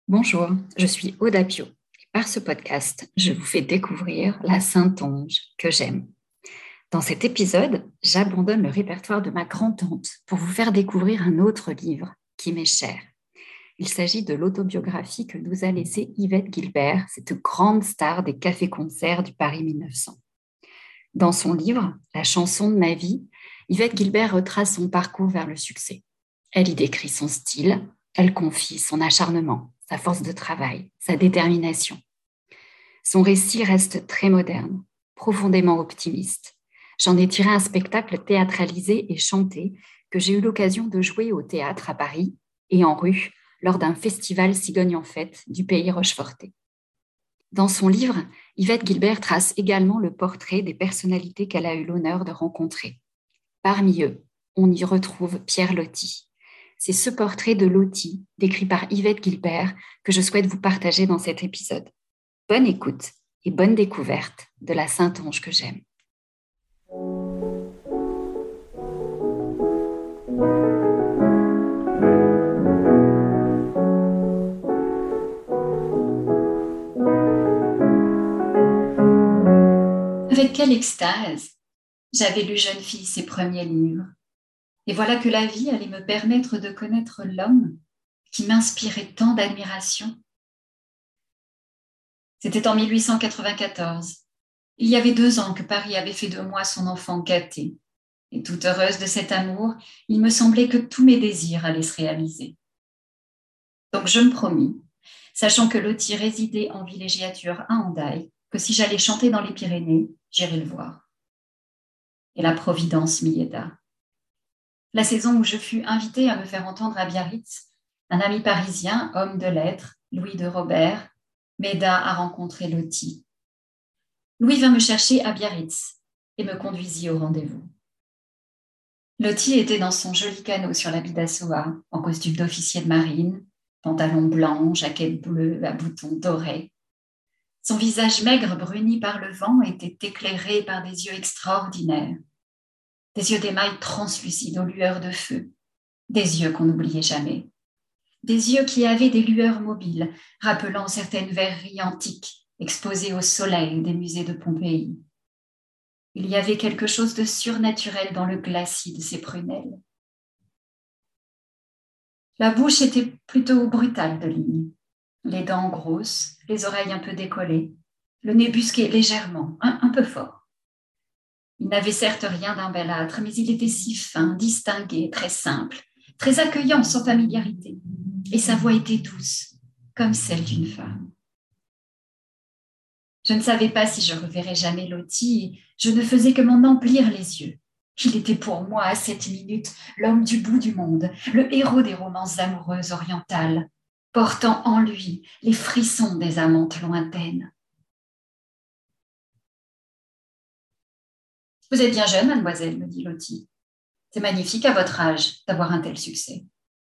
Bonjour, je suis Aude Apio. Par ce podcast, je vous fais découvrir la Saintonge que j'aime. Dans cet épisode, j'abandonne le répertoire de ma grand-tante pour vous faire découvrir un autre livre qui m'est cher. Il s'agit de l'autobiographie que nous a laissée Yvette Guilbert, cette grande star des cafés-concerts du Paris 1900. Dans son livre, La chanson de ma vie, Yvette Guilbert retrace son parcours vers le succès. Elle y décrit son style, elle confie son acharnement, sa force de travail, sa détermination. Son récit reste très moderne, profondément optimiste. J'en ai tiré un spectacle théâtralisé et chanté que j'ai eu l'occasion de jouer au théâtre à Paris et en rue lors d'un festival Cigogne en fête du pays rochefortais. Dans son livre, Yvette Guilbert trace également le portrait des personnalités qu'elle a eu l'honneur de rencontrer. Parmi eux, on y retrouve Pierre Loti. C'est ce portrait de Loti, décrit par Yvette Guilbert, que je souhaite vous partager dans cet épisode. Bonne écoute et bonne découverte de la Saintonge que j'aime. Avec quelle extase j'avais lu jeune fille ses premiers livres. Et voilà que la vie allait me permettre de connaître l'homme qui m'inspirait tant d'admiration. C'était en 1894. Il y avait 2 ans que Paris avait fait de moi son enfant gâté. Et toute heureuse de cet amour, il me semblait que tous mes désirs allaient se réaliser. Donc je me promis, sachant que Loti résidait en villégiature à Hendaye, que si j'allais chanter dans les Pyrénées, j'irais le voir. Et la Providence m'y aida. La saison où je fus invitée à me faire entendre à Biarritz, un ami parisien, homme de lettres, Louis de Robert, m'aida à rencontrer Loti. Louis vint me chercher à Biarritz et me conduisit au rendez-vous. Loti était dans son joli canot sur la Bidassoa, en costume d'officier de marine, pantalon blanc, jaquette bleue à boutons dorés. Son visage maigre bruni par le vent était éclairé par des yeux extraordinaires. Des yeux d'émail translucides aux lueurs de feu, des yeux qu'on n'oubliait jamais, des yeux qui avaient des lueurs mobiles, rappelant certaines verreries antiques exposées au soleil des musées de Pompéi. Il y avait quelque chose de surnaturel dans le glacis de ses prunelles. La bouche était plutôt brutale de ligne, les dents grosses, les oreilles un peu décollées, le nez busqué légèrement, un peu fort. Il n'avait certes rien d'un belâtre, mais il était si fin, distingué, très simple, très accueillant, sans familiarité. Et sa voix était douce, comme celle d'une femme. Je ne savais pas si je reverrais jamais Loti, et je ne faisais que m'en emplir les yeux. Il était pour moi, à cette minute, l'homme du bout du monde, le héros des romances amoureuses orientales, portant en lui les frissons des amantes lointaines. « Vous êtes bien jeune, mademoiselle, me dit Loti. C'est magnifique à votre âge d'avoir un tel succès. »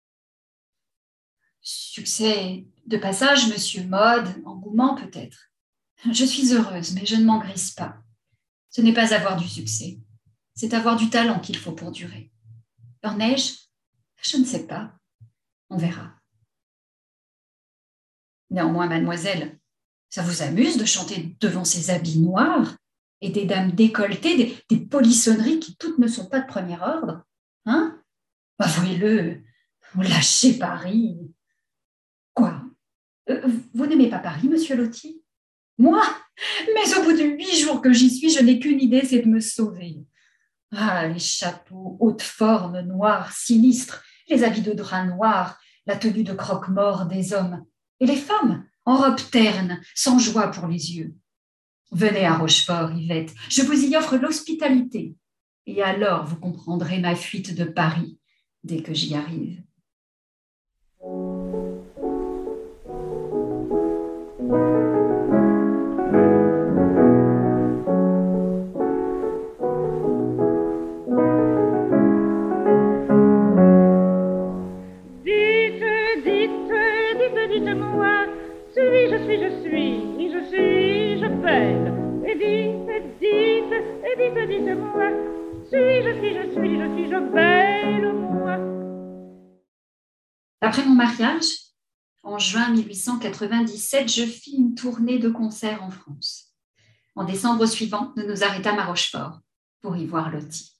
Succès de passage, monsieur, mode, engouement peut-être. Je suis heureuse, mais je ne m'en grise pas. Ce n'est pas avoir du succès, c'est avoir du talent qu'il faut pour durer. En ai-je ? Je ne sais pas. On verra. Néanmoins, mademoiselle, ça vous amuse de chanter devant ces habits noirs et des dames décolletées, des polissonneries qui toutes ne sont pas de premier ordre, hein ? Avouez-le, vous lâchez Paris. Quoi ? Vous n'aimez pas Paris, monsieur Loti ? Moi ? Mais au bout de 8 jours que j'y suis, je n'ai qu'une idée, c'est de me sauver. Ah, les chapeaux, haute forme, noirs, sinistres, les habits de drap noir, la tenue de croque-mort des hommes, et les femmes, en robe terne, sans joie pour les yeux. Venez à Rochefort, Yvette, je vous y offre l'hospitalité. Et alors vous comprendrez ma fuite de Paris dès que j'y arrive. Dites-moi, suis-je belle? Et dites-moi, suis-je belle, moi? Après mon mariage, En juin 1897, je fis une tournée de concerts en France. En décembre suivant, nous nous arrêtâmes à Rochefort pour y voir Lottie.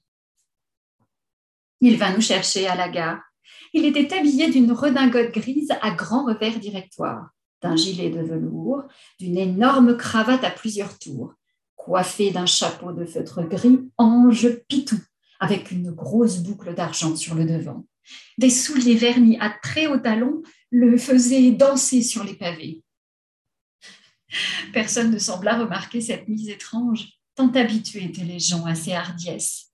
Il vint nous chercher à la gare. Il était habillé d'une redingote grise à grand revers directoire, d'un gilet de velours, d'une énorme cravate à plusieurs tours, coiffé d'un chapeau de feutre gris ange pitou, avec une grosse boucle d'argent sur le devant. Des souliers vernis à très hauts talons le faisaient danser sur les pavés. Personne ne sembla remarquer cette mise étrange, tant habitués étaient les gens à ces hardiesses.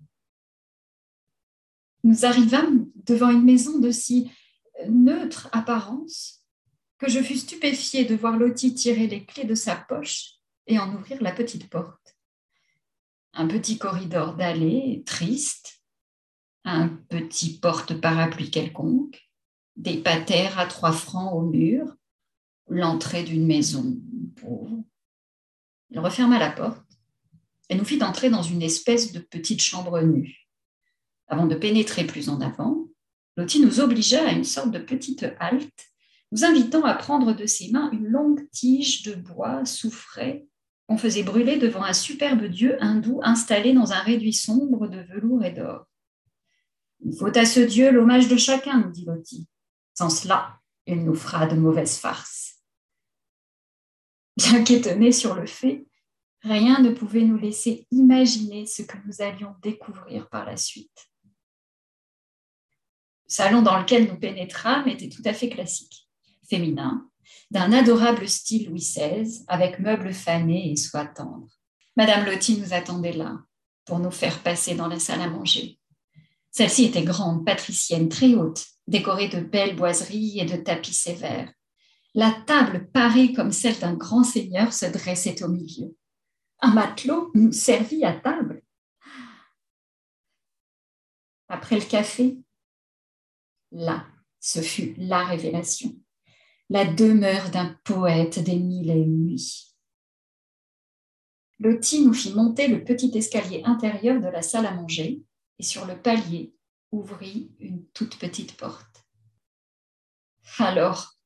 Nous arrivâmes devant une maison de si neutre apparence que je fus stupéfiée de voir Lottie tirer les clés de sa poche et en ouvrir la petite porte. Un petit corridor dallé, triste, un petit porte-parapluie quelconque, des patères à 3 francs au mur, l'entrée d'une maison pauvre. Il referma la porte et nous fit entrer dans une espèce de petite chambre nue. Avant de pénétrer plus en avant, Lottie nous obligea à une sorte de petite halte, nous invitant à prendre de ses mains une longue tige de bois soufré qu'on faisait brûler devant un superbe dieu hindou installé dans un réduit sombre de velours et d'or. « Il faut à ce dieu l'hommage de chacun, nous dit Lottie. Sans cela, il nous fera de mauvaises farces. » Bien qu'étonnés sur le fait, rien ne pouvait nous laisser imaginer ce que nous allions découvrir par la suite. Le salon dans lequel nous pénétrâmes était tout à fait classique, féminin, d'un adorable style Louis XVI, avec meubles fanés et soie tendre. Madame Lottie nous attendait là, pour nous faire passer dans la salle à manger. Celle-ci était grande, patricienne, très haute, décorée de belles boiseries et de tapis sévères. La table, parée comme celle d'un grand seigneur, se dressait au milieu. Un matelot nous servit à table. Après le café, là, ce fut la révélation, la demeure d'un poète des 1001 nuits. Lottie nous fit monter le petit escalier intérieur de la salle à manger et sur le palier ouvrit une toute petite porte. Alors,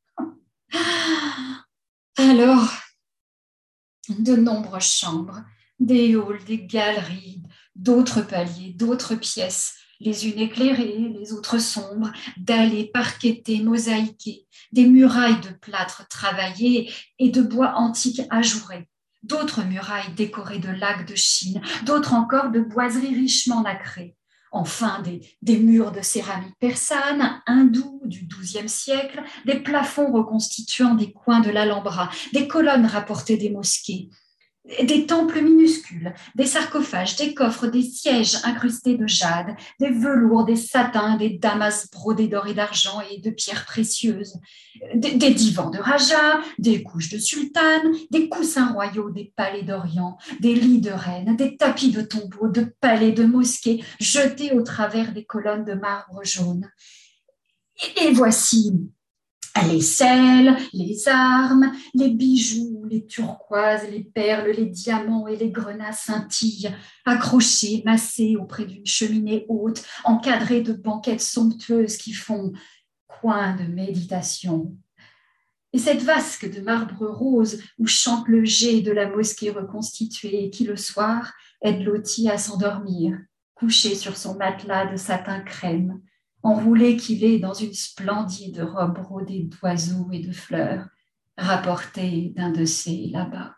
de nombreuses chambres, des halls, des galeries, d'autres paliers, d'autres pièces, les unes éclairées, les autres sombres, dallées, parquetées, mosaïquées, des murailles de plâtre travaillé et de bois antique ajouré, d'autres murailles décorées de laques de Chine, d'autres encore de boiseries richement nacrées. Enfin, des murs de céramique persane, hindous du XIIe siècle, des plafonds reconstituant des coins de l'Alhambra, des colonnes rapportées des mosquées, des temples minuscules, des sarcophages, des coffres, des sièges incrustés de jade, des velours, des satins, des damas brodés d'or et d'argent et de pierres précieuses, des divans de Raja, des couches de sultane, des coussins royaux des palais d'Orient, des lits de reines, des tapis de tombeaux, de palais, de mosquées jetés au travers des colonnes de marbre jaune. Et voici les sels, les armes, les bijoux, les turquoises, les perles, les diamants et les grenats scintillent, accrochés, massés auprès d'une cheminée haute, encadrés de banquettes somptueuses qui font coin de méditation. Et cette vasque de marbre rose où chante le jet de la mosquée reconstituée et qui, le soir, aide Lottie à s'endormir, couchée sur son matelas de satin crème, enroulé qu'il est dans une splendide robe brodée d'oiseaux et de fleurs, rapportée d'un de ces là-bas.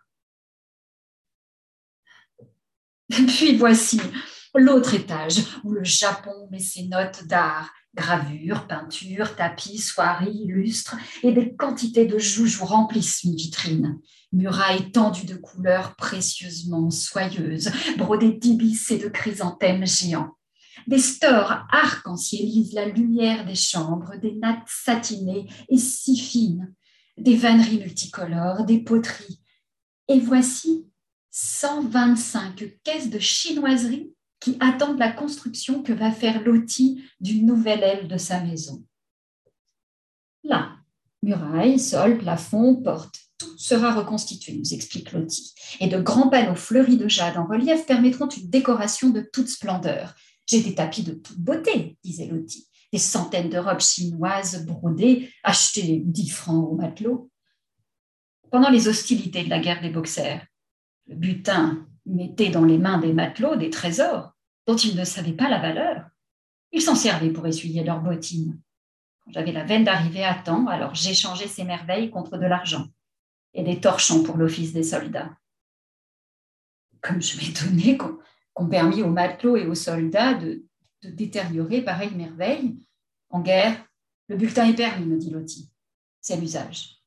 Puis voici l'autre étage, où le Japon met ses notes d'art, gravures, peintures, tapis, soieries, lustres, et des quantités de joujoux remplissent une vitrine. Murailles tendues de couleurs précieusement soyeuses, brodées d'ibis et de chrysanthèmes géants. Des stores arc-en-cielisent la lumière des chambres, des nattes satinées et si fines, des vanneries multicolores, des poteries. Et voici 125 caisses de chinoiserie qui attendent la construction que va faire Lottie d'une nouvelle aile de sa maison. Là, murailles, sol, plafond, porte, tout sera reconstitué, nous explique Lottie. Et de grands panneaux fleuris de jade en relief permettront une décoration de toute splendeur. J'ai des tapis de toute beauté, disait Lottie, des centaines de robes chinoises brodées, achetées 10 francs au matelot. Pendant les hostilités de la guerre des Boxers, le butin mettait dans les mains des matelots des trésors dont ils ne savaient pas la valeur. Ils s'en servaient pour essuyer leurs bottines. Quand j'avais la veine d'arriver à temps, alors j'échangeais ces merveilles contre de l'argent et des torchons pour l'office des soldats. Comme je m'étonnais qu'on permit aux matelots et aux soldats de détériorer pareille merveille. En guerre, le bulletin est permis, me dit Loti. C'est l'usage.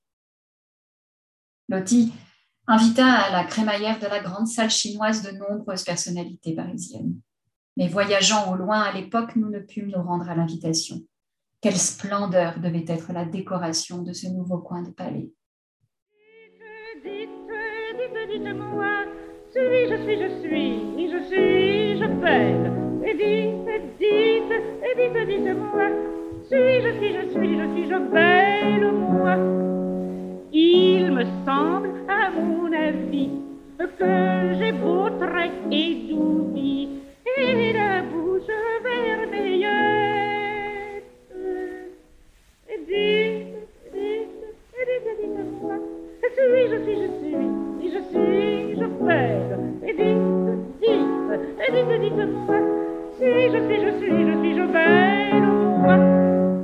Loti invita à la crémaillère de la grande salle chinoise de nombreuses personnalités parisiennes. Mais voyageant au loin à l'époque, nous ne pûmes nous rendre à l'invitation. Quelle splendeur devait être la décoration de ce nouveau coin de palais. Dites-moi, je suis belle. Et dites-moi, je belle, moi. Il me semble, à mon avis, que j'ai beau trait et doux vie, et la bouche vermeillette. Dites-moi, je belle. Et dites-moi, je belle, moi.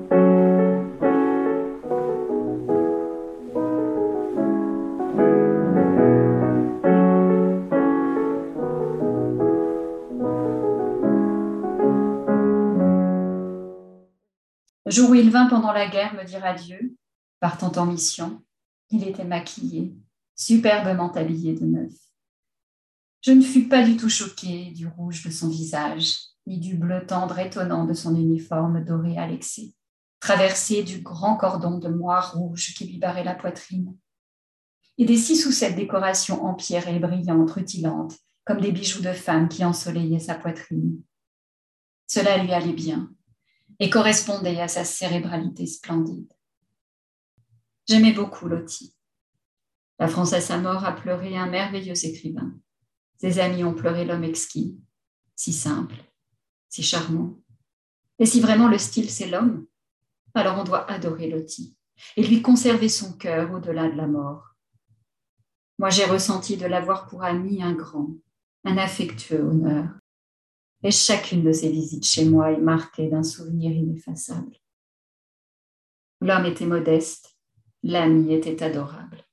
Le jour où il vint pendant la guerre me dire adieu, partant en mission, il était maquillé, superbement habillé de neuf. Je ne fus pas du tout choquée du rouge de son visage, ni du bleu tendre étonnant de son uniforme doré à l'excès, traversé du grand cordon de moire rouge qui lui barrait la poitrine, et des 6 ou 7 décorations empierrées, brillantes, rutilantes, comme des bijoux de femme qui ensoleillaient sa poitrine. Cela lui allait bien et correspondait à sa cérébralité splendide. J'aimais beaucoup Loti. La France à sa mort a pleuré un merveilleux écrivain. Ses amis ont pleuré l'homme exquis, si simple, si charmant. Et si vraiment le style c'est l'homme, alors on doit adorer Loti et lui conserver son cœur au-delà de la mort. Moi j'ai ressenti de l'avoir pour ami un grand, un affectueux honneur. Et chacune de ses visites chez moi est marquée d'un souvenir ineffaçable. L'homme était modeste, l'ami était adorable.